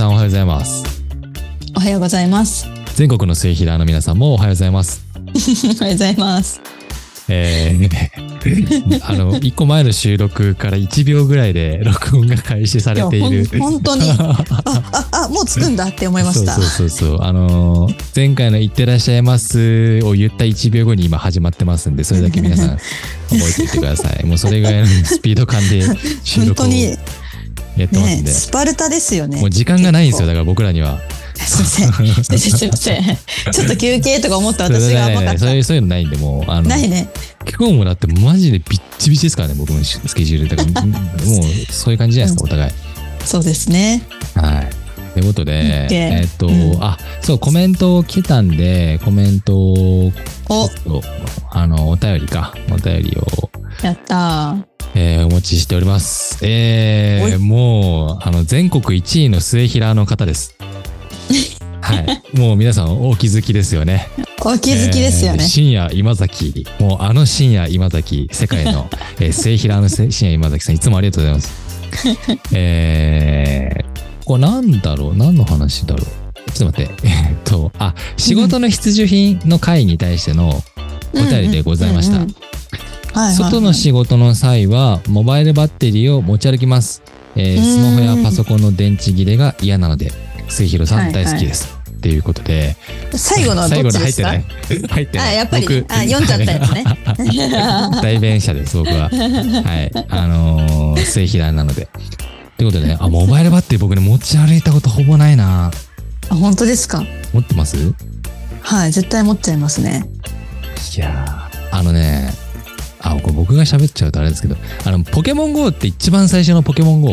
さんおはようございます。 おはようございます。 全国の末平の皆さんもおはようございます。 おはようございます。 一個前の収録から1秒ぐらいで録音が開始されている。 本当にもうつくんだって思いました。 そう前回のいってらっしゃいますを言った1秒後に今始まってますんで、それだけ皆さん覚えておいてください。もうそれぐらいのスピード感で収録をやってますんで、 スパルタですよね。 もう時間がないんですよ。だから僕らには。 すいません。ちょっと休憩とか思った私が甘かった。 そういうのないんで、もうないね。 今日もだってマジでビッチビチですからね、僕のスケジュールだからもうそういう感じじゃないですか、お互い。 そうですね。 はい。ということで、そうコメント来たんで、コメントをお便りをやったお持ちしております。もう全国1位の末平の方です。はい。もう皆さんお気づきですよね。 お気づきですよね。 深夜今崎、もう深夜今崎、世界の末平の深夜今崎さん、いつもありがとうございます。これ何の話だろう。ちょっと待って。仕事の必需品の会に対してのお便りでございました。外の仕事の際はモバイルバッテリーを持ち歩きます。スマホやパソコンの電池切れが嫌なので、末広さん大好きです。っていうことで。 最後のどっちですか？ 入ってない。 やっぱり、読んじゃったやつね。 代弁者です、僕は。はい。末平なので。ということでね、モバイルバッテリー僕ね、持ち歩いたことほぼないな。 本当ですか？ 持ってます？ はい、絶対持っちゃいますね。 いやー、これ僕が喋っちゃうとあれですけど、ポケモン GO って一番最初のポケモン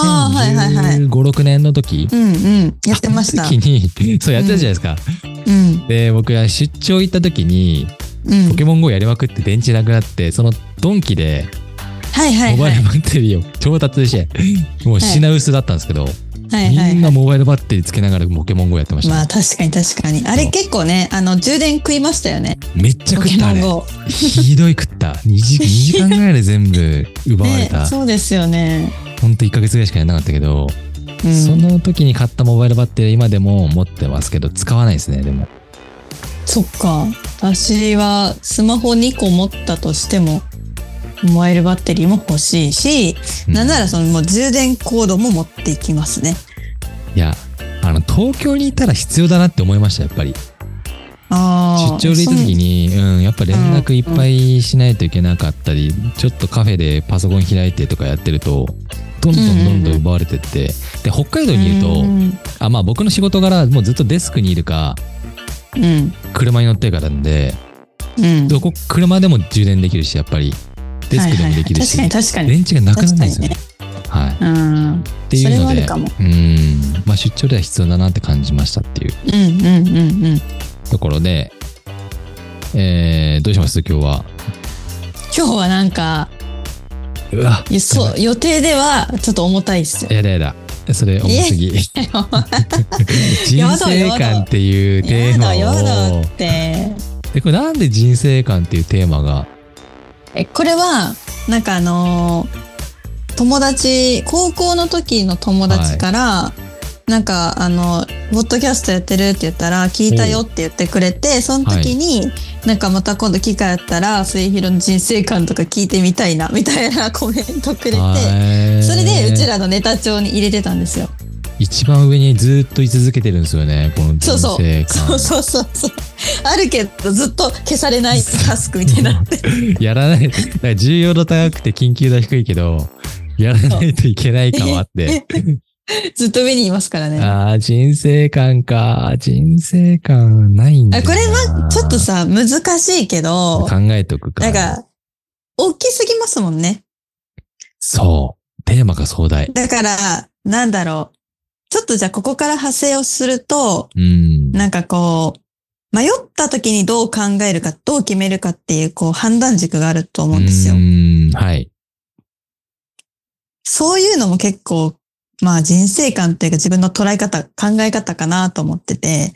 GO、2015、6年の時、 やってました。 時に、そうやってたじゃないですか。で、僕が出張行った時に、ポケモン GO やりまくって電池なくなって、そのドンキで、モバイルバッテリーを調達して、もう品薄だったんですけど、みんなモバイルバッテリーつけながらポケモン GO やってました。 まあ確かに。あれ結構ね、充電食いましたよね。 めっちゃ食ったあれ。ひどい食った。2時間ぐらいで全部奪われた。 そうですよね。 ほんと1ヶ月ぐらいしかやらなかったけど、その時に買ったモバイルバッテリー今でも持ってますけど、使わないですね、でも。 そっか。私はスマホ2個持ったとしても、モバイルバッテリーも欲しいし、なんならもう充電コードも持っていきますね。 いや、東京にいたら必要だなって思いました、やっぱり。出張で行った時に、やっぱ連絡いっぱいしないといけなかったり、ちょっとカフェでパソコン開いてとかやってると、どんどん奪われてって、で、北海道にいると、僕の仕事柄、もうずっとデスクにいるか、車に乗ってるかなんで、車でも充電できるし、やっぱり。デスクでもできるし、 確かに電池がなくならないんですよね。はい。っていうので、出張では必要だなって感じましたっていうところで、どうします今日は？ 今日はなんか、予定ではちょっと重たいっすよ。 やだ。それ重すぎ。人生観っていうテーマを。 やだって。 これなんで人生観っていうテーマが？ これはなんか高校の時の友達から、なんかポッドキャストやってるって言ったら聞いたよって言ってくれて、その時になんかまた今度機会あったら末広の人生観とか聞いてみたいなみたいなコメントくれて、それでうちらのネタ帳に入れてたんですよ。 一番上にずっと居続けてるんですよね、この人生観。 そうあるけどずっと消されないタスクみたいになってやらない、だから重要度高くて緊急度低いけどやらないといけない感はあってずっと上にいますからね。 人生観ないんだよな。 これはちょっとさ難しいけど考えとくか。 なんか大きすぎますもんね。 そうテーマが壮大だからなんだろう、ちょっとじゃあここから派生をすると、なんかこう迷った時にどう考えるか、どう決めるかっていう判断軸があると思うんですよ。 はい。 そういうのも結構人生観っていうか自分の捉え方、考え方かなと思ってて、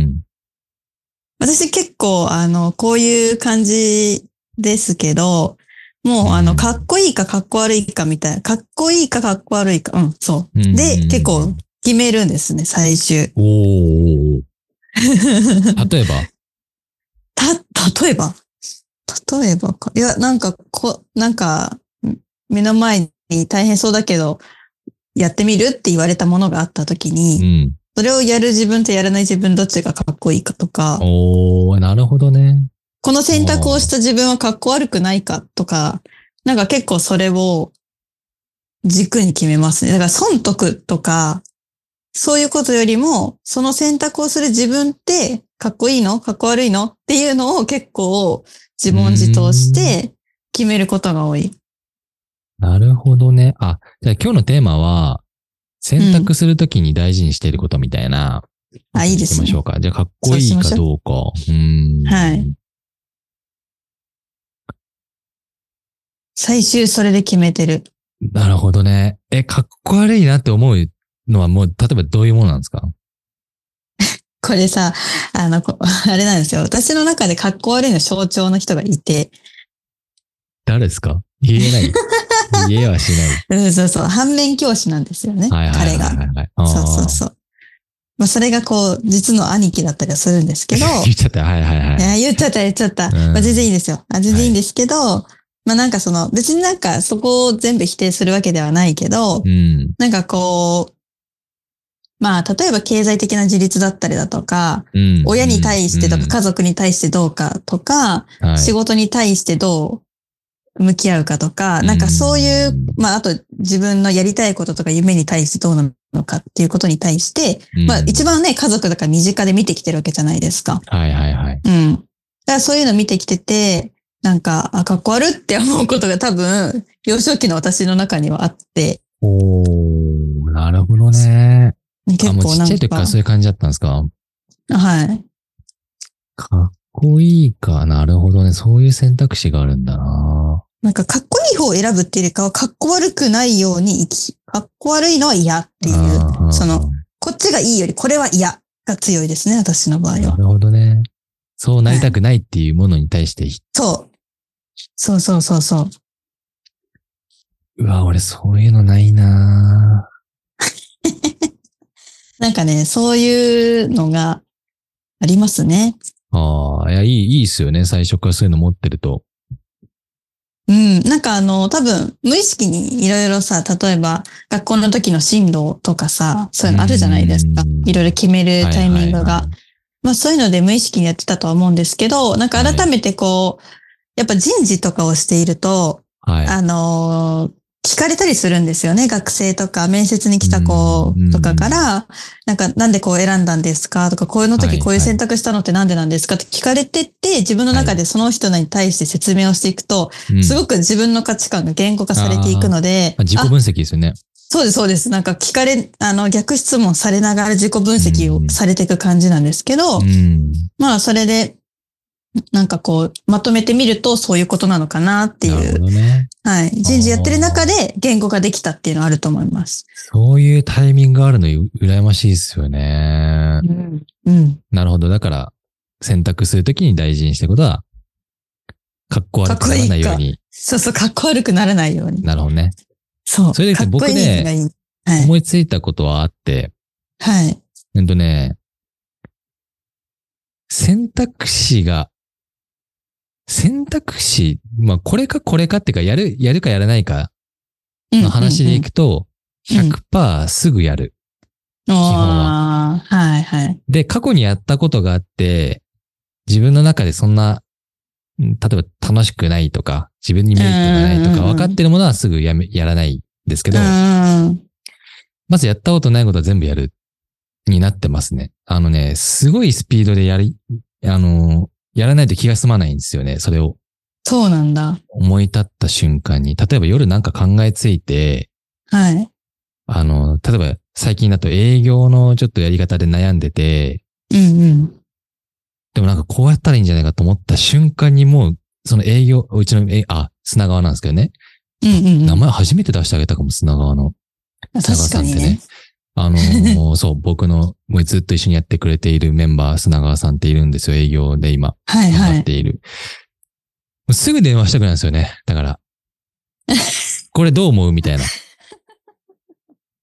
私結構こういう感じですけど、もうかっこいいかかっこ悪いかみたいな、かっこいいかかっこ悪いか、そう。で、結構決めるんですね、最終。 おー。例えば例えばか。いや、なんか、目の前に大変そうだけど、やってみるって言われたものがあったときに、それをやる自分とやらない自分どっちがかっこいいかとか、 おー、なるほどね。 この選択をした自分はかっこ悪くないかとか、なんか結構それを軸に決めますね。だから損得とか、そういうことよりも、その選択をする自分ってかっこいいのかっこ悪いのっていうのを結構自問自答して決めることが多い。 なるほどね。あ、じゃあ今日のテーマは、選択するときに大事にしていることみたいな。 いいですね。 行きましょうか。じゃあかっこいいかどうか。 はい。最終それで決めてる。 なるほどね。かっこ悪いなって思うのはもう、例えばどういうものなんですか？ これさ、あれなんですよ。私の中でかっこ悪いの象徴の人がいて。 誰ですか？言えない。言えはしない。そうそう。反面教師なんですよね。彼が。そう。まあ、それが実の兄貴だったりはするんですけど。 言っちゃった。 言っちゃった。まあ、全然いいんですよ。全然いいんですけど、まあなんか別になんかそこを全部否定するわけではないけど、なんかまあ例えば経済的な自立だったりだとか、親に対してとか家族に対してどうかとか、仕事に対してどう向き合うかとか、なんかそういう、まああと自分のやりたいこととか夢に対してどうなのかっていうことに対して、まあ一番ね、家族だから身近で見てきてるわけじゃないですか。 だからそういうの見てきてて、なんか、かっこ悪って思うことが多分、幼少期の私の中にはあって。 なるほどね。 結構もうちっちゃい時からそういう感じだったんですか？ はい。 かっこいいか。なるほどね。そういう選択肢があるんだな。 なんか、かっこいい方を選ぶっていうよりかは、かっこ悪くないようにかっこ悪いのは嫌っていう、こっちがいいよりこれは嫌が強いですね、私の場合は。 なるほどね。そうなりたくないっていうものに対して、 そう。 うわ、俺そういうのないな。 なんかね、そういうのがありますね。 いいっすよね。最初からそういうの持ってると。 なんか多分、無意識にいろいろさ、例えば、学校の時の進路とかさ、そういうのあるじゃないですか。いろいろ決めるタイミングが。まあそういうので無意識にやってたとは思うんですけど、なんか改めてやっぱ人事とかをしていると、聞かれたりするんですよね。学生とか面接に来た子とかから、なんで選んだんですかとか、こういうの時こういう選択したのってなんでなんですかって聞かれてって、自分の中でその人に対して説明をしていくと、すごく自分の価値観が言語化されていくので。 自己分析ですよね。 そうです。なんか逆質問されながら自己分析をされていく感じなんですけど、まあそれで、なんかまとめてみるとそういうことなのかなっていう。 なるほどね。 はい。人事やってる中で言語ができたっていうのはあると思います。 そういうタイミングがあるの羨ましいですよね。なるほど。だから、選択するときに大事にしてることは、かっこ悪くならないように。 そう、かっこ悪くならないように。 なるほどね。 そう。 それで僕ね、思いついたことはあって、 はい。 選択肢、まあ、これかっていうか、やるかやらないかの話でいくと、100% すぐやる。基本は。 はい。 で、過去にやったことがあって、自分の中でそんな、例えば楽しくないとか、自分にメリットがないとか、分かってるものはすぐやらないんですけど、まずやったことないことは全部やる、になってますね。すごいスピードでやらないと気が済まないんですよね、それを。 そうなんだ。 思い立った瞬間に、例えば夜なんか考えついて、 はい。 例えば最近だと営業のちょっとやり方で悩んでて、でもなんかこうやったらいいんじゃないかと思った瞬間にもう、その営業、うちの、砂川なんですけどね。名前初めて出してあげたかも、砂川の。 砂川さんってね。 そう 僕のもうずっと一緒にやってくれているメンバー砂川さんっているんですよ、営業で今頑張っている。すぐ電話したくなるんですよね。だからこれどう思うみたいな。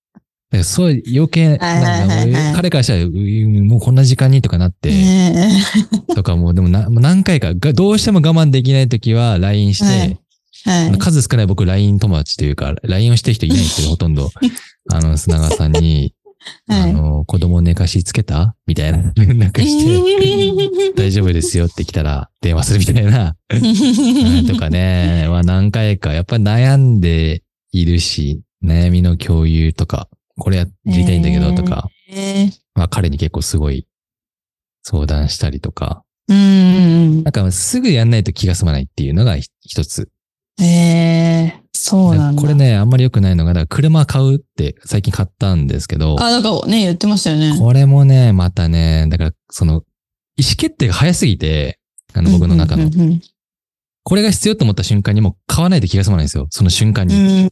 からそう余計、彼からしたら、もうこんな時間にとかなって、とかもうでももう何回か、どうしても我慢できないときは LINE して、数少ない僕 LINE 友達というか、LINE をしてる人いないんですけど、ほとんど、砂川さんに、子供寝かしつけたみたいな連絡して、大丈夫ですよって来たら電話するみたいな、とかね、何回か、やっぱり悩んでいるし、悩みの共有とか、これやりたいんだけどとか、彼に結構すごい相談したりとか、なんかすぐやんないと気が済まないっていうのが一つ。 そうなんだ。 これね、あんまり良くないのが、だから車買うって最近買ったんですけど。 なんかね、言ってましたよね。 これもね、またね、だから意思決定が早すぎて、僕の中の。これが必要と思った瞬間にもう買わないと気が済まないんですよ。その瞬間に。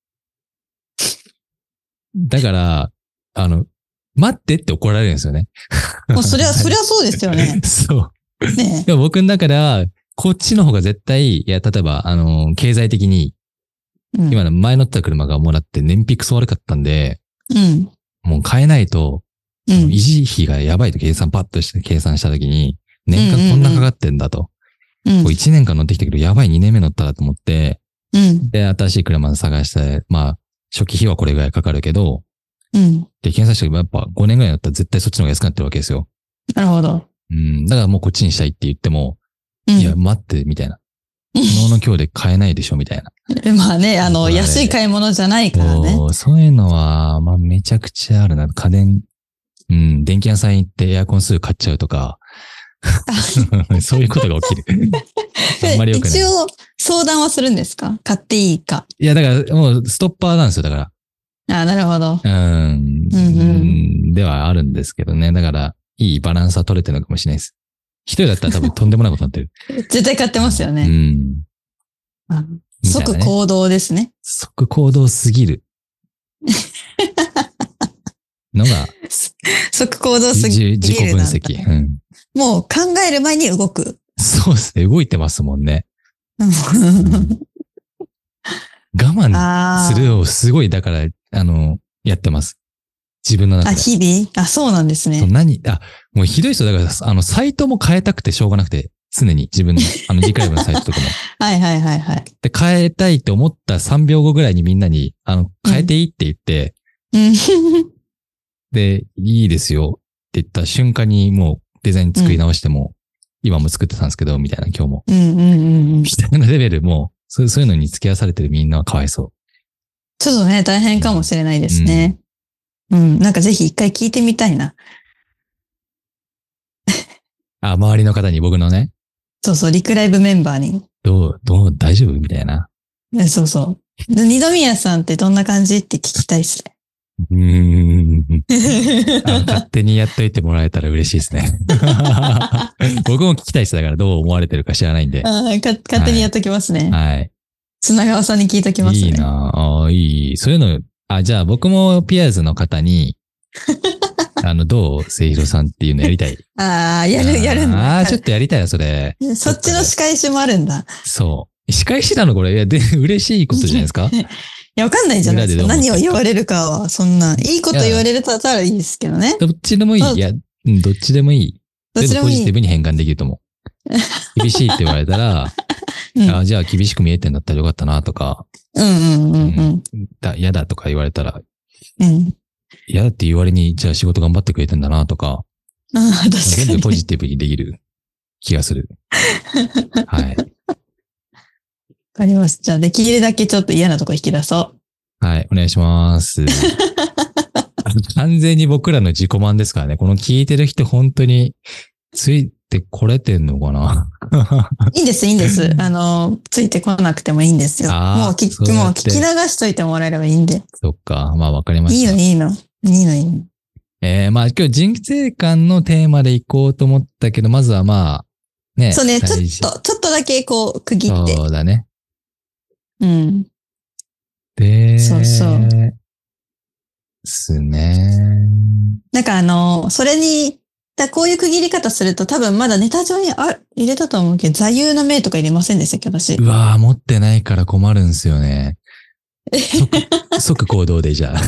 だから、待ってって怒られるんですよね。 もうそりゃそうですよね。 そう。 ね、 でも僕の中では、こっちの方が絶対、例えば、経済的に、今の前乗った車がもらって燃費クソ悪かったんで、もう買えないと、維持費がやばいとパッとして計算したときに、年間こんなかかってんだと。1年間乗ってきたけど、やばい2年目乗ったらと思って、で、新しい車探して、初期費はこれぐらいかかるけど、で、検査してやっぱ5年ぐらいだったら絶対そっちの方が安くなってるわけですよ。 なるほど。 だからもうこっちにしたいって言っても、いや、待って、みたいな。昨日の今日で買えないでしょ、みたいな。 まあね、安い買い物じゃないからね。 そういうのは、めちゃくちゃあるな。家電、電気屋さん行ってエアコンすぐ買っちゃうとか、そういうことが起きる。あんまり良くない。 一応、相談はするんですか？買っていいか。 いや、だからもうストッパーなんですよ、だから。 なるほど。 ではあるんですけどね。だから、いいバランスは取れてるのかもしれないです。一人だったら多分とんでもないことになってる。 絶対買ってますよね。即行動ですね。 即行動すぎる。のが。 即行動すぎる。 自己分析。 もう考える前に動く。 そうですね。動いてますもんね。我慢するをすごい、だから、やってます。自分の中で。 日々？そうなんですね。 もうひどい人だから、サイトも変えたくてしょうがなくて、常に自分の、理解部のサイトとかも。 はい。 で、変えたいと思った3秒後ぐらいにみんなに、変えていいって言って、で、いいですよって言った瞬間にもうデザイン作り直しても、今も作ってたんですけど、みたいな、今日も。みたいなレベルも、そういうのに付き合わされてるみんなはかわいそう。 ちょっとね、大変かもしれないですね。なんかぜひ一回聞いてみたいな。 周りの方に僕のね。 そう、リクライブメンバーに。 大丈夫みたいな。 そう。二宮さんってどんな感じって聞きたいっすね。 勝手にやっといてもらえたら嬉しいですね。僕も聞きたいです。だからどう思われてるか知らないんで。 勝手にやっときますね。 はい。 砂川さんに聞いときますね。 いいないい。そういうの、じゃあ僕もピアーズの方に、どう末広さんっていうのやりたい。 やるんだ。 ちょっとやりたいな、それ。 そっちの仕返しもあるんだ。 そう。仕返しなのこれ。いや、嬉しいことじゃないですか。 いや、わかんないじゃないですか。何を言われるかは、そんな、いいこと言われるとらいいですけどね。 どっちでもいい。いや、どっちでもいい。全部ポジティブに変換できると思う。厳しいって言われたら、じゃあ厳しく見えてんだったらよかったなとか、嫌だとか言われたら、嫌だって言われに、じゃあ仕事頑張ってくれてんだなとか、全部ポジティブにできる気がする。はい。 わかります。じゃあできるだけちょっと嫌なとこ引き出そう。 はい、お願いします。完全に僕らの自己満ですからね。この聞いてる人本当についてこれてんのかないいんです。ついてこなくてもいいんですよ。もう聞き流しといてもらえればいいんで。 そっか。わかりました。 いいの。 今日人生観のテーマでいこうと思ったけど、まずはね。 そうね、ちょっとだけ区切って。 そうだね。 で、そう。 ですね。 なんかそれに、こういう区切り方すると多分まだネタ上に入れたと思うけど、座右の銘とか入れませんでしたっけ、私。 持ってないから困るんですよね。 即行動でじゃあ。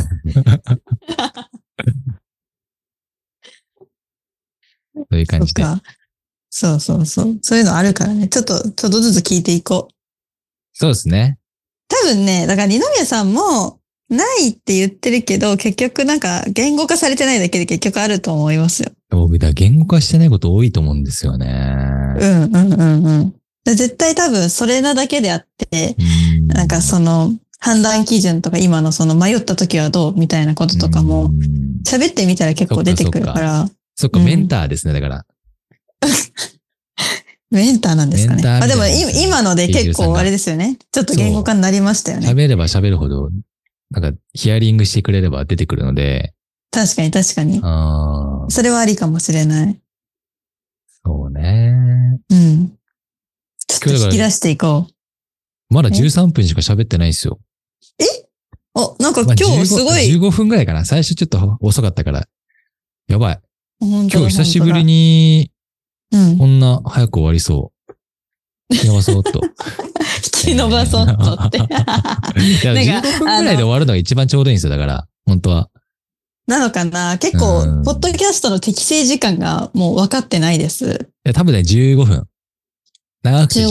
そういう感じで。 そうそうそう。そういうのあるからね。ちょっとずつ聞いていこう。 そうですね。 多分ね、だから二宮さんも、ないって言ってるけど、結局なんか言語化されてないだけで結局あると思いますよ。 僕、言語化してないこと多いと思うんですよね。 うんうんうんうん。絶対多分それなだけであって、なんかその判断基準とか今のその迷った時はどうみたいなこととかも、喋ってみたら結構出てくるから。 そっか、メンターですね、だから。 メンターなんですかね。でも今ので結構あれですよね。ちょっと言語化になりましたよね。 喋れば喋るほど、なんかヒアリングしてくれれば出てくるので。 確かに確かに。それはありかもしれない。 そうね。 うん。ちょっと引き出していこう。まだ13分しか喋ってないんですよ。 なんか今日すごい。 15分ぐらいかな。最初ちょっと遅かったから。やばい。今日久しぶりに、こんな早く終わりそう。引き伸ばそうっと。 引き伸ばそうっとって。いや、 15分ぐらいで終わるのが一番ちょうどいいんですよ、だから。本当は。 なのかな結構、ポッドキャストの適正時間がもう分かってないです。 いや、多分ね、15分。長くて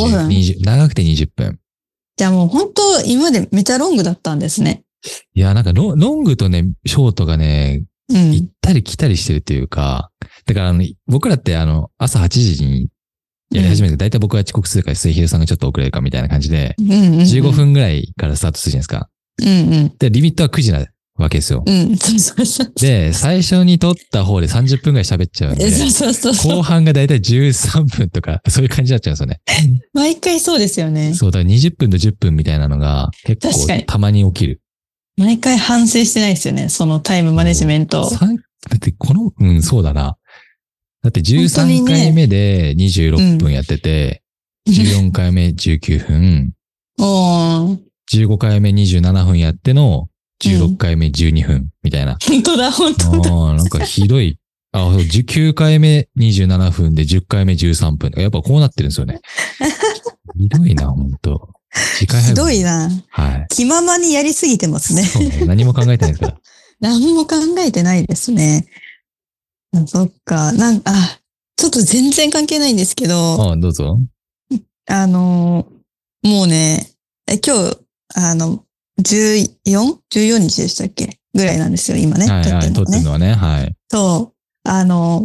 20分。 じゃあもう本当、今までめちゃロングだったんですね。 いや、なんかロングとね、ショートがね、行ったり来たりしてるっていうか、だから僕らって朝8時にやり始めて、だいたい僕が遅刻するから、末広さんがちょっと遅れるかみたいな感じで、15分ぐらいからスタートするじゃないですか。で、リミットは9時なわけですよ。で、最初に撮った方で30分ぐらい喋っちゃうんで、後半がだいたい13分とか、そういう感じになっちゃうんですよね。 毎回そうですよね。 そう、だから20分と10分みたいなのが結構たまに起きる。 毎回反省してないですよね、そのタイムマネジメント。 だってそうだな。だって13回目で26分やってて、14回目19分、15回目27分やっての16回目12分みたいな。 本当だ。 なんかひどい。19回目27分で10回目13分。やっぱこうなってるんですよね。ひどいな、本当。 ひどいな。 はい。 気ままにやりすぎてますね。 そうね。何も考えてないですから。 何も考えてないですね。そっか。ちょっと全然関係ないんですけど。 どうぞ。 もうね、今日、14日でしたっけぐらいなんですよ、今ね。 はいはい、撮ってるのはね。はい。 そう。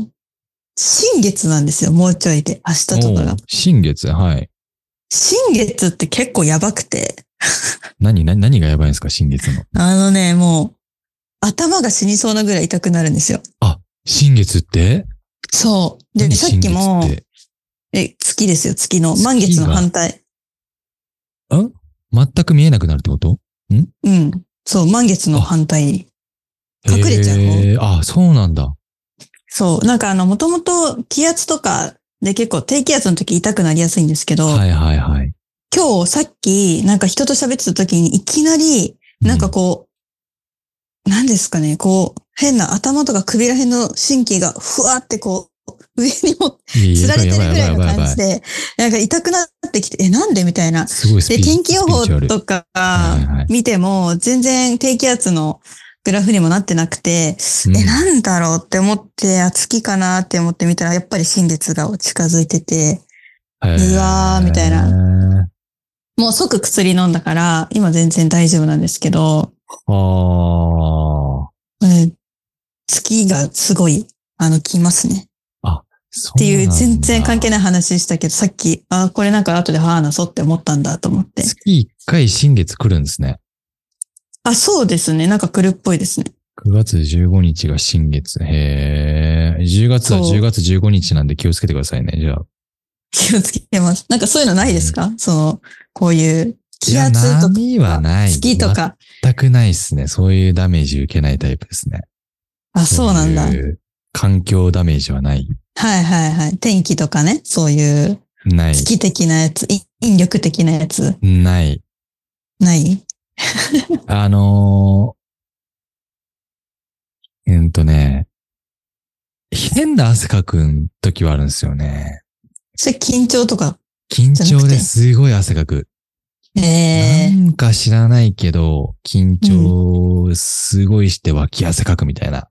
新月なんですよ、もうちょいで。明日とかが。 新月はい。 新月って結構やばくて。 何がやばいんですか、新月の。 もう、頭が死にそうなぐらい痛くなるんですよ。 新月ってそう。で、さっきも、月ですよ、月の。満月の反対。 全く見えなくなるってことうん。そう、満月の反対。隠れちゃう。 そうなんだ。 そう。なんかもともと気圧とかで結構低気圧の時痛くなりやすいんですけど。 はいはいはい。 今日さっきなんか人と喋ってた時にいきなり、なんか何ですかね、変な頭とか首ら辺の神経がふわって上にもつられてるぐらいの感じで、なんか痛くなってきて、なんでみたいな。で、天気予報とか見ても、全然低気圧のグラフにもなってなくて、なんだろうって思って、月かなって思ってみたら、やっぱり新月が近づいてて、うわーみたいな。もう即薬飲んだから、今全然大丈夫なんですけど、月がすごい、来ますね。っていう全然関係ない話したけど、さっき、これなんか後で話そうって思ったんだと思って。 月1回新月来るんですね。 そうですね。なんか来るっぽいですね。 9月15日が新月。10月は10月15日なんで気をつけてくださいね、じゃあ。 気をつけます。なんかそういうのないですか？こういう気圧とか。 波はない。 月とか。 全くないですね。そういうダメージ受けないタイプですね。 そうなんだ。 環境ダメージはない。 はいはいはい。天気とかね。そういう。 ない。 月的なやつ。引力的なやつ。 ない。 ない変な汗かく時はあるんですよね。 それ緊張とか。 緊張ですごい汗かく。 なんか知らないけど、緊張すごいして脇汗かくみたいな。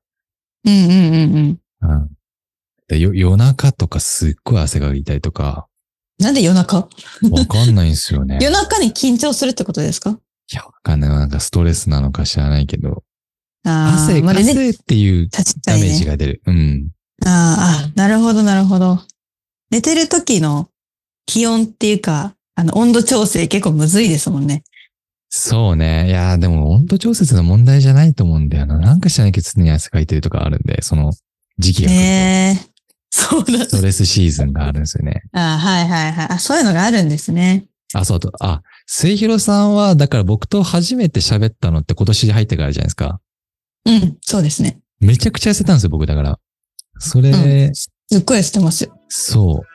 で夜中とかすっごい汗が痛いとか。 なんで夜中？ わかんないんですよね。 夜中に緊張するってことですか？ いや、わかんない。なんかストレスなのか知らないけど。 汗っていうダメージが出る。 なるほど、なるほど。寝てる時の気温っていうか、温度調整結構むずいですもんね。 そうね。いや、でも温度調節の問題じゃないと思うんだよな。なんか知らないけど常に汗かいてるとかあるんで、その時期が来ると。 そうなんです。 ストレスシーズンがあるんですよね。 そういうのがあるんですね。 末広さんは、だから僕と初めて喋ったのって今年入ってからじゃないですか。 そうですね。 めちゃくちゃ痩せたんですよ、僕だから。それ、 すっごい痩せてますよ。 そう。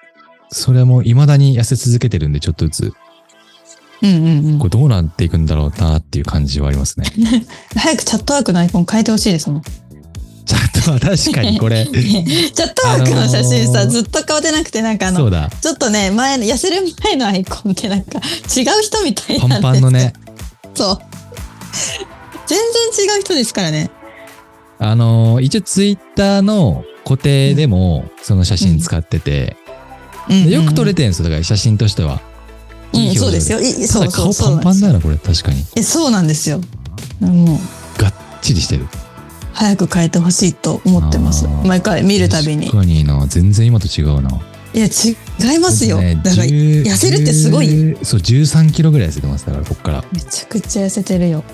それも未だに痩せ続けてるんで、ちょっとずつ。これどうなっていくんだろうなっていう感じはありますね。 早くチャットワークのアイコン変えてほしいですもん。 チャットは確かにこれ。 チャットワークの写真さ、ずっと変わってなくて、なんかそうだ。 ちょっとね、痩せる前のアイコンってなんか違う人みたいなんです。 パンパンのね。 そう。全然違う人ですからね。 一応ツイッターの固定でもその写真使ってて、よく撮れてるんですよ、だから写真としては。 そうですよ。 ただ顔パンパンだよな、これ、確かに。 そうなんですよ。もう。 がっちりしてる。 早く変えてほしいと思ってます。毎回見るたびに。 確かにな、全然今と違うな。 いや、違いますよ。だから、痩せるってすごい。 そう、13キロぐらい痩せてます、だから、こっから。 めちゃくちゃ痩せてるよ。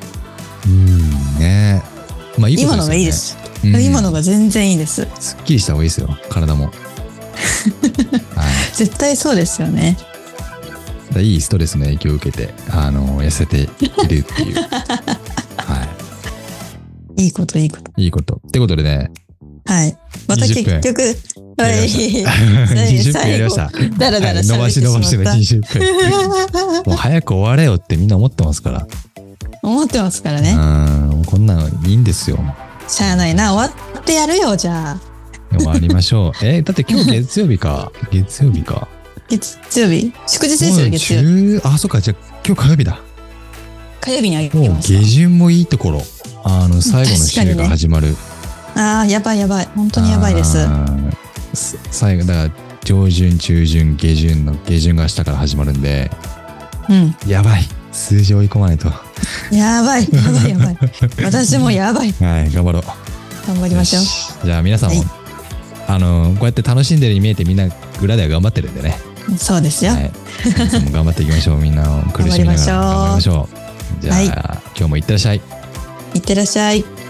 ね。まあ、いいことですよね。 今のがいいです。今のが全然いいです。 すっきりした方がいいですよ、体も。 絶対そうですよね。 いいストレスの影響を受けて、痩せているっていう。 いいこと。 いいこと。ってことでね。 はい。また結局、 20分やりました。 だらだら伸ばして20分。もう早く終われよってみんな思ってますから。 思ってますからね。 こんなのいいんですよ。 しゃあないな。終わってやるよ、じゃあ。 終わりましょう。だって今日月曜日か。 月曜日祝日ですよ、月曜日。 そっか、じゃあ今日火曜日だ。 火曜日にあげました。 もう下旬もいいところ。最後の週が始まる。 やばい。本当にやばいです。 最後、だから上旬、中旬、下旬の下旬が明日から始まるんで。やばい。数字追い込まないと。 やばい。私もやばい。 はい、頑張ろう。 頑張りましょう。 じゃあ皆さんも、こうやって楽しんでるように見えてみんな裏では頑張ってるんでね。 そうですよ。 皆さんも頑張っていきましょう。みんな苦しみながら頑張りましょう。じゃあ、今日もいってらっしゃい。 いってらっしゃい。